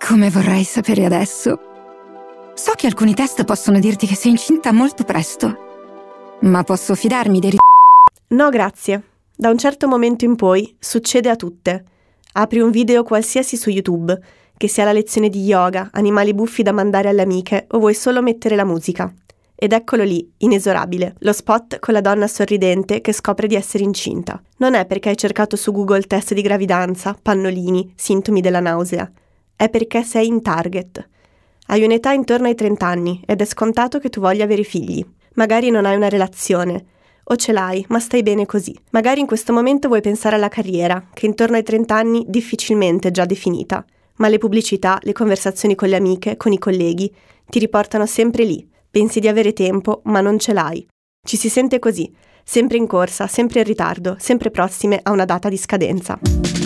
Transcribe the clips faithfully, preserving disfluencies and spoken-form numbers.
Come vorrei sapere adesso. So che alcuni test possono dirti che sei incinta molto presto, ma posso fidarmi dei ri- No, grazie. Da un certo momento in poi succede a tutte. Apri un video qualsiasi su YouTube, che sia la lezione di yoga, animali buffi da mandare alle amiche o vuoi solo mettere la musica. Ed eccolo lì, inesorabile, lo spot con la donna sorridente che scopre di essere incinta. Non è perché hai cercato su Google test di gravidanza, pannolini, sintomi della nausea. È perché sei in target. Hai un'età intorno ai trenta anni ed è scontato che tu voglia avere figli. Magari non hai una relazione, o ce l'hai, ma stai bene così. Magari in questo momento vuoi pensare alla carriera, che intorno ai trenta anni difficilmente è già definita. Ma le pubblicità, le conversazioni con le amiche, con i colleghi, ti riportano sempre lì. Pensi di avere tempo, ma non ce l'hai. Ci si sente così, sempre in corsa, sempre in ritardo, sempre prossime a una data di scadenza.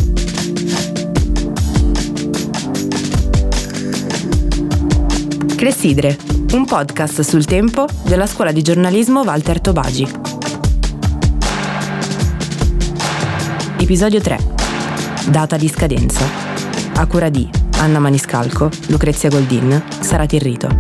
Clessidre, un podcast sul tempo della Scuola di Giornalismo Walter Tobagi. Episodio tre. Data di scadenza. A cura di Anna Maniscalco, Lucrezia Goldin, Sara Tirrito.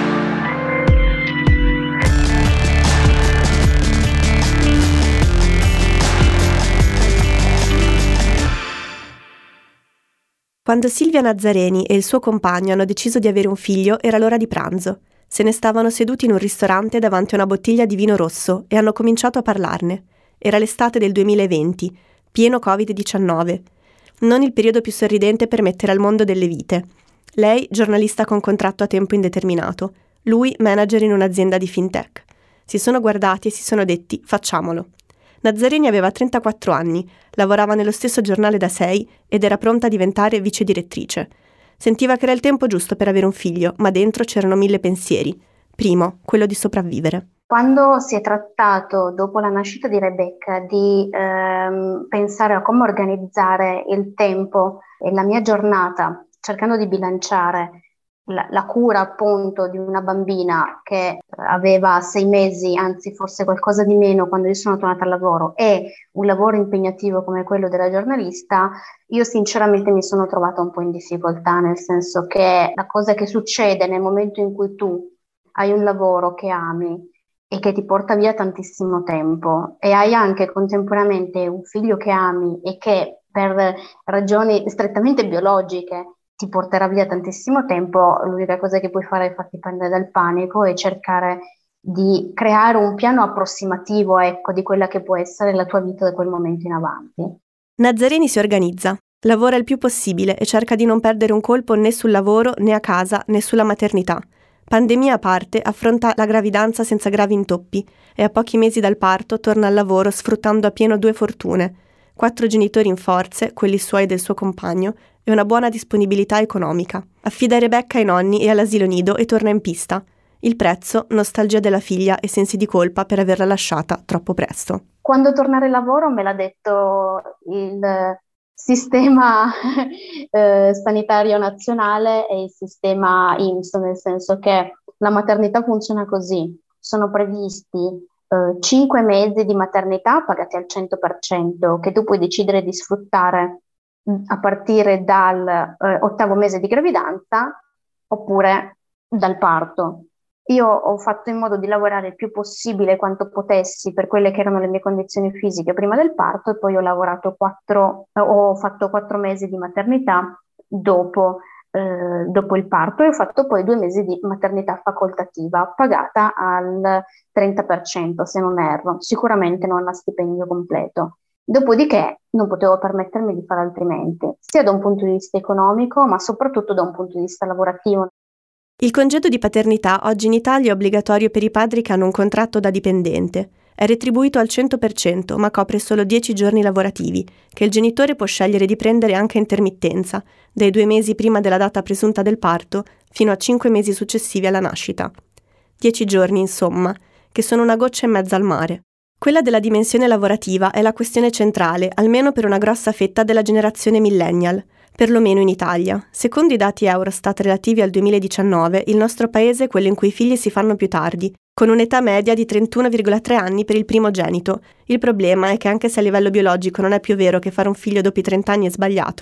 Quando Silvia Nazzareni e il suo compagno hanno deciso di avere un figlio, era l'ora di pranzo. Se ne stavano seduti in un ristorante davanti a una bottiglia di vino rosso e hanno cominciato a parlarne. Era l'estate del duemilaventi, pieno covid diciannove. Non il periodo più sorridente per mettere al mondo delle vite. Lei, giornalista con contratto a tempo indeterminato. Lui, manager in un'azienda di fintech. Si sono guardati e si sono detti, facciamolo. Nazzareni aveva trentaquattro anni, lavorava nello stesso giornale da sei ed era pronta a diventare vice direttrice. Sentiva che era il tempo giusto per avere un figlio, ma dentro c'erano mille pensieri. Primo, quello di sopravvivere. Quando si è trattato, dopo la nascita di Rebecca, di ehm, pensare a come organizzare il tempo e la mia giornata, cercando di bilanciare la, la cura appunto di una bambina che aveva sei mesi, anzi forse qualcosa di meno quando io sono tornata al lavoro, e un lavoro impegnativo come quello della giornalista, io sinceramente mi sono trovata un po' in difficoltà, nel senso che la cosa che succede nel momento in cui tu hai un lavoro che ami e che ti porta via tantissimo tempo e hai anche contemporaneamente un figlio che ami e che per ragioni strettamente biologiche ti porterà via tantissimo tempo, l'unica cosa che puoi fare è farti prendere dal panico e cercare di creare un piano approssimativo, ecco, di quella che può essere la tua vita da quel momento in avanti. Nazzareni si organizza, lavora il più possibile e cerca di non perdere un colpo né sul lavoro, né a casa, né sulla maternità. Pandemia a parte, affronta la gravidanza senza gravi intoppi e a pochi mesi dal parto torna al lavoro sfruttando appieno due fortune: quattro genitori in forze, quelli suoi e del suo compagno, e una buona disponibilità economica. Affida Rebecca ai nonni e all'asilo nido e torna in pista. Il prezzo, nostalgia della figlia e sensi di colpa per averla lasciata troppo presto. Quando tornare al lavoro me l'ha detto il sistema eh, sanitario nazionale e il sistema I N P S, nel senso che la maternità funziona così. Sono previsti eh, cinque mesi di maternità pagati al cento per cento che tu puoi decidere di sfruttare a partire dal eh, ottavo mese di gravidanza oppure dal parto. Io ho fatto in modo di lavorare il più possibile quanto potessi per quelle che erano le mie condizioni fisiche prima del parto e poi ho lavorato quattro, eh, ho fatto quattro mesi di maternità dopo, eh, dopo il parto e ho fatto poi due mesi di maternità facoltativa pagata al trenta per cento se non erro, sicuramente non a stipendio completo. Dopodiché non potevo permettermi di fare altrimenti, sia da un punto di vista economico, ma soprattutto da un punto di vista lavorativo. Il congedo di paternità oggi in Italia è obbligatorio per i padri che hanno un contratto da dipendente. È retribuito al cento per cento, ma copre solo dieci giorni lavorativi, che il genitore può scegliere di prendere anche a intermittenza, dai due mesi prima della data presunta del parto fino a cinque mesi successivi alla nascita. Dieci giorni, insomma, che sono una goccia in mezzo al mare. Quella della dimensione lavorativa è la questione centrale, almeno per una grossa fetta della generazione millennial, perlomeno in Italia. Secondo i dati Eurostat relativi al duemiladiciannove, il nostro paese è quello in cui i figli si fanno più tardi, con un'età media di trentuno virgola tre anni per il primogenito. Il problema è che anche se a livello biologico non è più vero che fare un figlio dopo i trenta anni è sbagliato,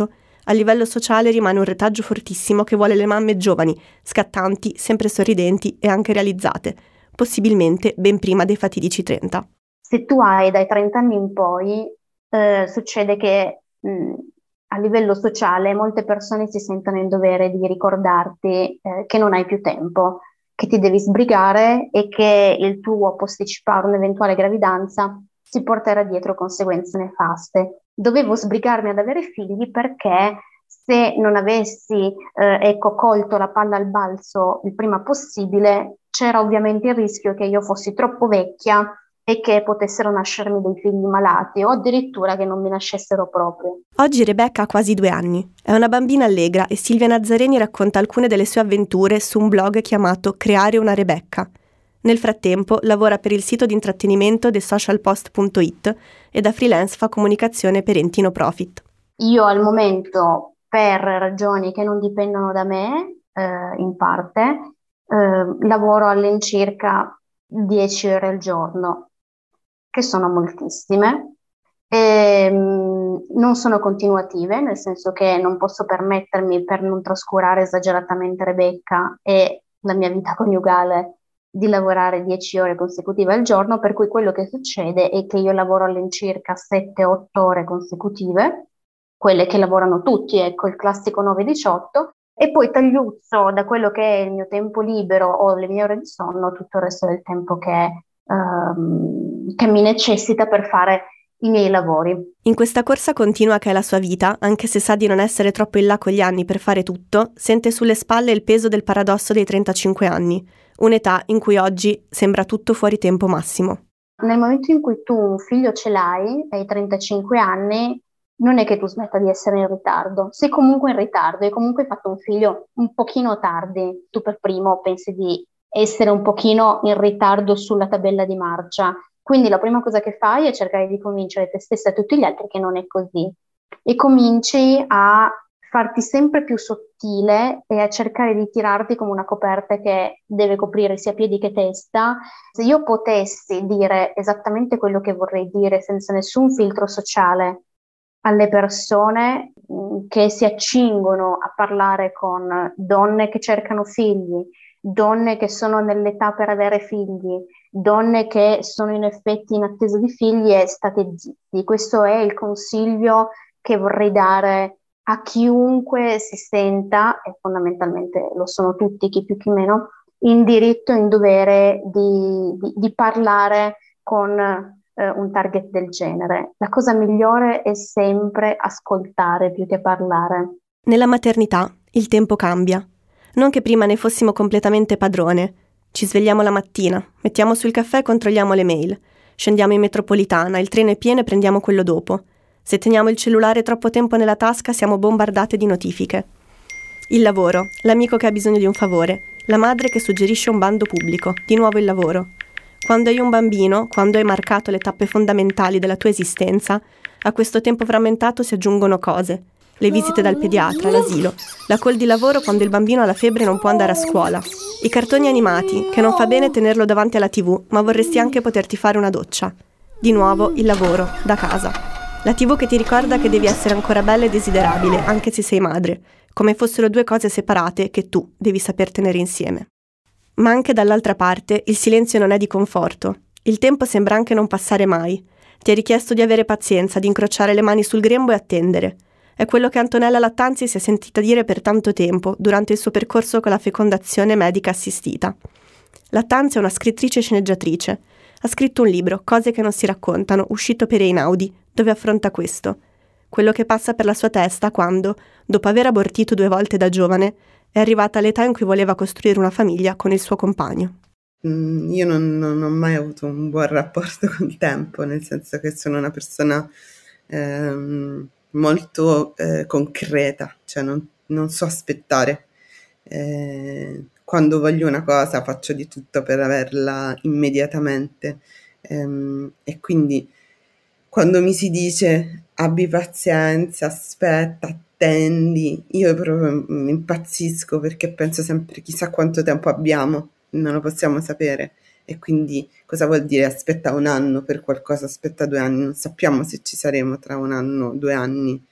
A livello sociale rimane un retaggio fortissimo che vuole le mamme giovani, scattanti, sempre sorridenti e anche realizzate, possibilmente ben prima dei fatidici trenta. Se tu hai dai trenta anni in poi, eh, succede che mh, a livello sociale molte persone si sentono in dovere di ricordarti eh, che non hai più tempo, che ti devi sbrigare e che il tuo posticipare un'eventuale gravidanza si porterà dietro conseguenze nefaste. Dovevo sbrigarmi ad avere figli perché se non avessi eh, ecco, colto la palla al balzo il prima possibile, c'era ovviamente il rischio che io fossi troppo vecchia e che potessero nascermi dei figli malati o addirittura che non mi nascessero proprio. Oggi Rebecca ha quasi due anni, è una bambina allegra e Silvia Nazzareni racconta alcune delle sue avventure su un blog chiamato Creare una Rebecca. Nel frattempo lavora per il sito di intrattenimento the social post punto it e da freelance fa comunicazione per enti no profit. Io al momento, per ragioni che non dipendono da me, eh, in parte, eh, lavoro all'incirca dieci ore al giorno, che sono moltissime. E, mh, non sono continuative, nel senso che non posso permettermi, per non trascurare esageratamente Rebecca e la mia vita coniugale, di lavorare dieci ore consecutive al giorno, per cui quello che succede è che io lavoro all'incirca sette otto ore consecutive, quelle che lavorano tutti, ecco, il classico nove diciotto, e poi tagliuzzo da quello che è il mio tempo libero o le mie ore di sonno tutto il resto del tempo che, um, che mi necessita per fare i miei lavori. In questa corsa continua che è la sua vita, anche se sa di non essere troppo in là con gli anni per fare tutto, sente sulle spalle il peso del paradosso dei trentacinque anni, un'età in cui oggi sembra tutto fuori tempo massimo. Nel momento in cui tu un figlio ce l'hai, ai trentacinque anni, non è che tu smetta di essere in ritardo, sei comunque in ritardo, hai comunque fatto un figlio un pochino tardi, tu per primo pensi di essere un pochino in ritardo sulla tabella di marcia, quindi la prima cosa che fai è cercare di convincere te stessa e tutti gli altri che non è così e cominci a farti sempre più sottile e a cercare di tirarti come una coperta che deve coprire sia piedi che testa. Se io potessi dire esattamente quello che vorrei dire senza nessun filtro sociale alle persone mh, che si accingono a parlare con donne che cercano figli, donne che sono nell'età per avere figli, donne che sono in effetti in attesa di figli, è state zitti. Questo è il consiglio che vorrei dare a chiunque si senta, e fondamentalmente lo sono tutti, chi più chi meno, in diritto e in dovere di, di, di parlare con eh, un target del genere. La cosa migliore è sempre ascoltare più che parlare. Nella maternità il tempo cambia. Non che prima ne fossimo completamente padrone. Ci svegliamo la mattina, mettiamo sul caffè e controlliamo le mail. Scendiamo in metropolitana, il treno è pieno e prendiamo quello dopo. Se teniamo il cellulare troppo tempo nella tasca siamo bombardate di notifiche. Il lavoro, l'amico che ha bisogno di un favore, la madre che suggerisce un bando pubblico, di nuovo il lavoro. Quando hai un bambino, quando hai marcato le tappe fondamentali della tua esistenza, a questo tempo frammentato si aggiungono cose. Le visite dal pediatra, l'asilo, la call di lavoro quando il bambino ha la febbre e non può andare a scuola, i cartoni animati, che non fa bene tenerlo davanti alla tivù, ma vorresti anche poterti fare una doccia. Di nuovo il lavoro, da casa. La tivù che ti ricorda che devi essere ancora bella e desiderabile, anche se sei madre, come fossero due cose separate che tu devi saper tenere insieme. Ma anche dall'altra parte il silenzio non è di conforto. Il tempo sembra anche non passare mai. Ti è richiesto di avere pazienza, di incrociare le mani sul grembo e attendere. È quello che Antonella Lattanzi si è sentita dire per tanto tempo durante il suo percorso con la fecondazione medica assistita. Lattanzi è una scrittrice e sceneggiatrice. Ha scritto un libro, Cose che non si raccontano, uscito per Einaudi, dove affronta questo. Quello che passa per la sua testa quando, dopo aver abortito due volte da giovane, è arrivata all'età in cui voleva costruire una famiglia con il suo compagno. Mm, io non, non ho mai avuto un buon rapporto col tempo, nel senso che sono una persona ehm, molto eh, concreta, cioè non, non so aspettare. Eh, quando voglio una cosa faccio di tutto per averla immediatamente, ehm, e quindi quando mi si dice abbi pazienza, aspetta, attendi, io proprio mi impazzisco perché penso sempre chissà quanto tempo abbiamo, non lo possiamo sapere. E quindi cosa vuol dire aspetta un anno per qualcosa, aspetta due anni, non sappiamo se ci saremo tra un anno, due anni.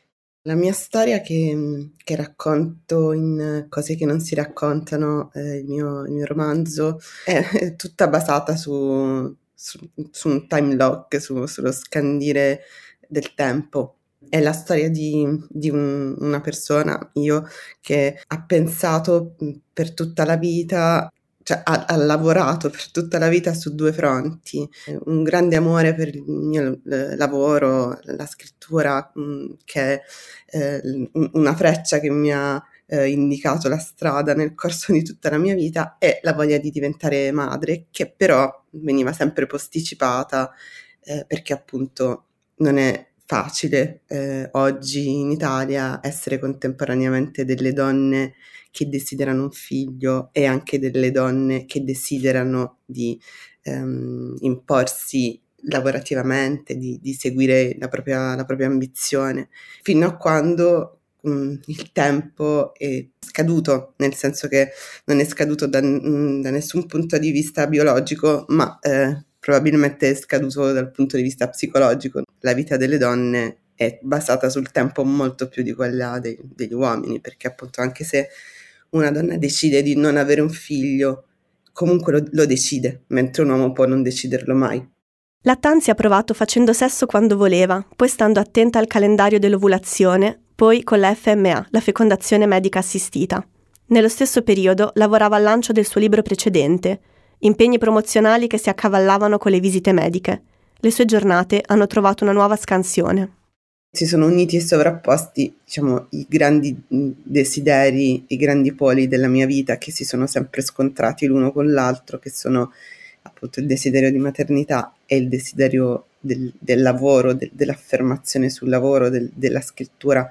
La mia storia che, che racconto in Cose che non si raccontano, eh, il, mio, il mio romanzo, è, è tutta basata su, su, su un time lock, su, sullo scandire del tempo. È la storia di, di un, una persona, io, che ha pensato per tutta la vita, cioè ha, ha lavorato per tutta la vita su due fronti, un grande amore per il mio eh, lavoro, la scrittura, mh, che è eh, una freccia che mi ha eh, indicato la strada nel corso di tutta la mia vita, e la voglia di diventare madre, che però veniva sempre posticipata eh, perché appunto non è facile eh, oggi in Italia essere contemporaneamente delle donne che desiderano un figlio e anche delle donne che desiderano di ehm, imporsi lavorativamente, di, di seguire la propria, la propria ambizione, fino a quando um, il tempo è scaduto, nel senso che non è scaduto da, da nessun punto di vista biologico, ma eh, probabilmente è scaduto dal punto di vista psicologico. La vita delle donne è basata sul tempo molto più di quella dei, degli uomini, perché appunto anche se una donna decide di non avere un figlio, comunque lo, lo decide, mentre un uomo può non deciderlo mai. Lattanzi ha provato facendo sesso quando voleva, poi stando attenta al calendario dell'ovulazione, poi con la F M A, la fecondazione medica assistita. Nello stesso periodo lavorava al lancio del suo libro precedente, impegni promozionali che si accavallavano con le visite mediche. Le sue giornate hanno trovato una nuova scansione. Si sono uniti e sovrapposti, diciamo, i grandi desideri, i grandi poli della mia vita, che si sono sempre scontrati l'uno con l'altro, che sono appunto il desiderio di maternità e il desiderio del, del lavoro, de, dell'affermazione sul lavoro, del, della scrittura.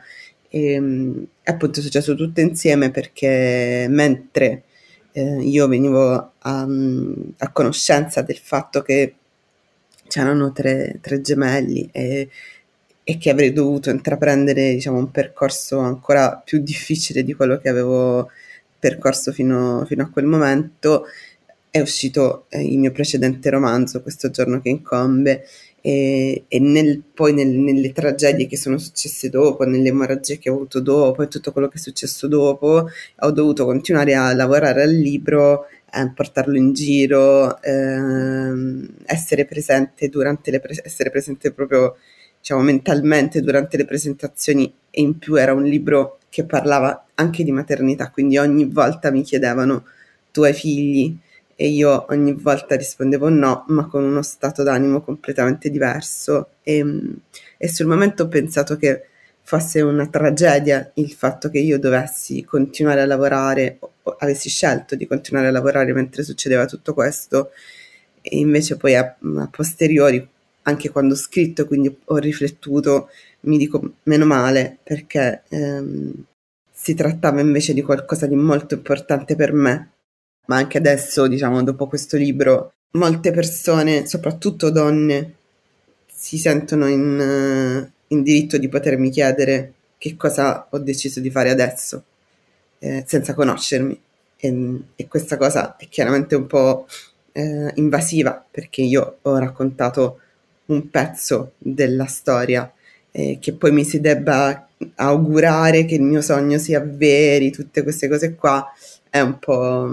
E appunto è successo tutto insieme, perché mentre eh, io venivo a, a conoscenza del fatto che c'erano tre, tre gemelli e e che avrei dovuto intraprendere, diciamo, un percorso ancora più difficile di quello che avevo percorso fino, fino a quel momento, è uscito eh, il mio precedente romanzo, Questo giorno che incombe, e, e nel, poi nel, nelle tragedie che sono successe dopo, nelle emorragie che ho avuto dopo e tutto quello che è successo dopo, ho dovuto continuare a lavorare al libro, a portarlo in giro, ehm, essere presente durante le pre- essere presente proprio, diciamo, mentalmente durante le presentazioni, e in più era un libro che parlava anche di maternità, quindi ogni volta mi chiedevano: tu hai figli? E io ogni volta rispondevo no, ma con uno stato d'animo completamente diverso, e, e sul momento ho pensato che fosse una tragedia il fatto che io dovessi continuare a lavorare, o avessi scelto di continuare a lavorare mentre succedeva tutto questo, e invece poi a, a posteriori, anche quando ho scritto, quindi ho riflettuto, mi dico meno male, perché ehm, si trattava invece di qualcosa di molto importante per me. Ma anche adesso, diciamo, dopo questo libro, molte persone, soprattutto donne, si sentono in, in diritto di potermi chiedere che cosa ho deciso di fare adesso, eh, senza conoscermi. E, e questa cosa è chiaramente un po' eh, invasiva, perché io ho raccontato un pezzo della storia, eh, che poi mi si debba augurare che il mio sogno si avveri, tutte queste cose qua, è un po',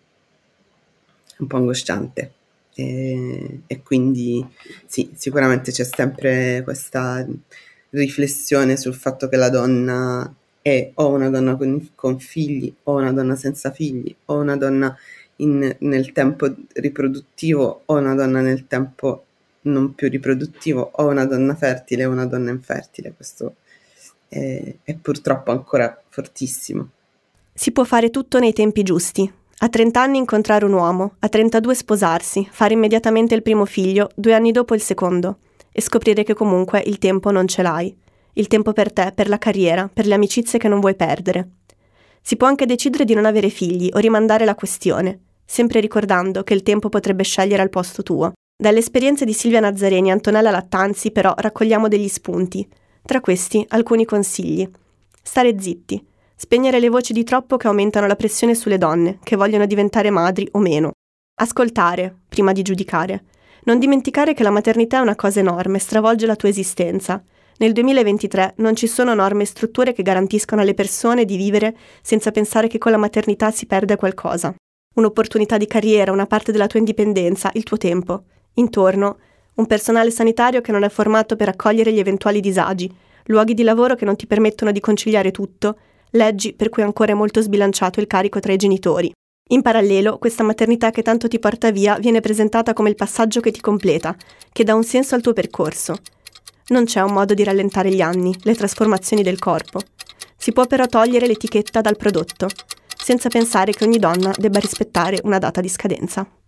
un po' angosciante. E, e quindi sì, sicuramente c'è sempre questa riflessione sul fatto che la donna è o una donna con, con figli, o una donna senza figli, o una donna in, nel tempo riproduttivo, o una donna nel tempo non più riproduttivo, o una donna fertile o una donna infertile. Questo è, è purtroppo ancora fortissimo. Si può fare tutto nei tempi giusti. A trenta anni incontrare un uomo, a trentadue sposarsi, fare immediatamente il primo figlio, due anni dopo il secondo, e scoprire che comunque il tempo non ce l'hai. Il tempo per te, per la carriera, per le amicizie che non vuoi perdere. Si può anche decidere di non avere figli o rimandare la questione, sempre ricordando che il tempo potrebbe scegliere al posto tuo. Dalle esperienze di Silvia Nazzareni e Antonella Lattanzi, però, raccogliamo degli spunti. Tra questi, alcuni consigli. Stare zitti. Spegnere le voci di troppo che aumentano la pressione sulle donne, che vogliono diventare madri o meno. Ascoltare, prima di giudicare. Non dimenticare che la maternità è una cosa enorme, stravolge la tua esistenza. Nel duemilaventitré non ci sono norme e strutture che garantiscono alle persone di vivere senza pensare che con la maternità si perde qualcosa. Un'opportunità di carriera, una parte della tua indipendenza, il tuo tempo. Intorno, un personale sanitario che non è formato per accogliere gli eventuali disagi, luoghi di lavoro che non ti permettono di conciliare tutto, leggi per cui ancora è molto sbilanciato il carico tra i genitori. In parallelo, questa maternità che tanto ti porta via viene presentata come il passaggio che ti completa, che dà un senso al tuo percorso. Non c'è un modo di rallentare gli anni, le trasformazioni del corpo. Si può però togliere l'etichetta dal prodotto, senza pensare che ogni donna debba rispettare una data di scadenza.